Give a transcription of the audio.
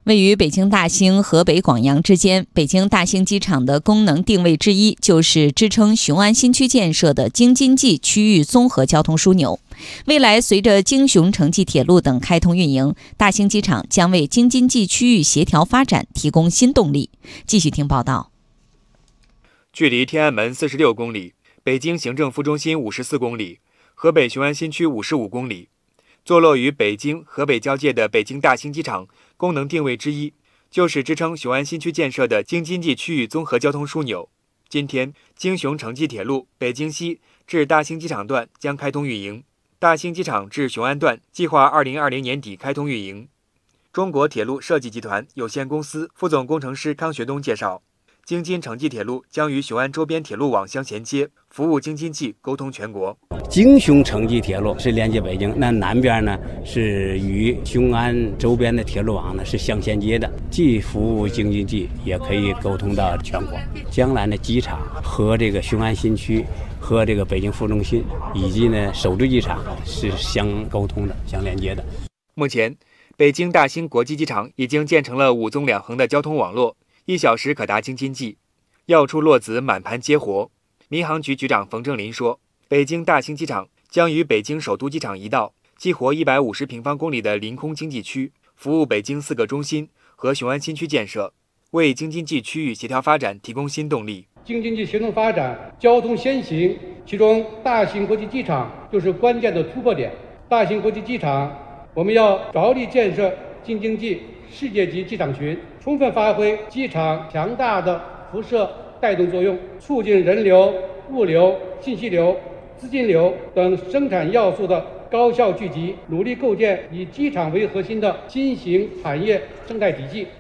位于北京大兴、河北广阳之间，北京大兴机场的功能定位之一就是支撑雄安新区建设的京津冀区域综合交通枢纽。未来随着京雄城际铁路等开通运营，大兴机场将为京津冀区域协调发展提供新动力。继续听报道。 距离天安门46公里，北京行政副中心54公里，河北雄安新区55公里。坐落于北京、河北交界的北京大兴机场，功能定位之一就是支撑雄安新区建设的京津冀区域综合交通枢纽。今天，京雄城际铁路北京西至大兴机场段将开通运营，大兴机场至雄安段计划2020年底开通运营。中国铁路设计集团有限公司副总工程师康学东介绍，京津城际铁路将与雄安周边铁路网相衔接，服务京津冀，沟通全国。 京雄城际铁路是连接北京，那南边呢是与雄安周边的铁路网呢是相衔接的，既服务京津冀，也可以沟通到全国。将来的机场和这个雄安新区和这个北京副中心以及呢首都机场是相沟通的、相连接的。 目前，北京大兴国际机场已经建成了5纵2横的交通网络，1小时可达京津冀，要出落子满盘皆活。民航局局长冯正林说，北京大兴机场将与北京首都机场一道，激活150平方公里的临空经济区，服务北京4个中心和雄安新区建设，为京津冀区域协调发展提供新动力。 京津冀协同发展交通先行，其中大兴国际机场就是关键的突破点。大兴国际机场，我们要着力建设京津冀世界级机场群，充分发挥机场强大的辐射带动作用，促进人流、物流、信息流、资金流等生产要素的高效聚集，努力构建以机场为核心的新型产业生态体系。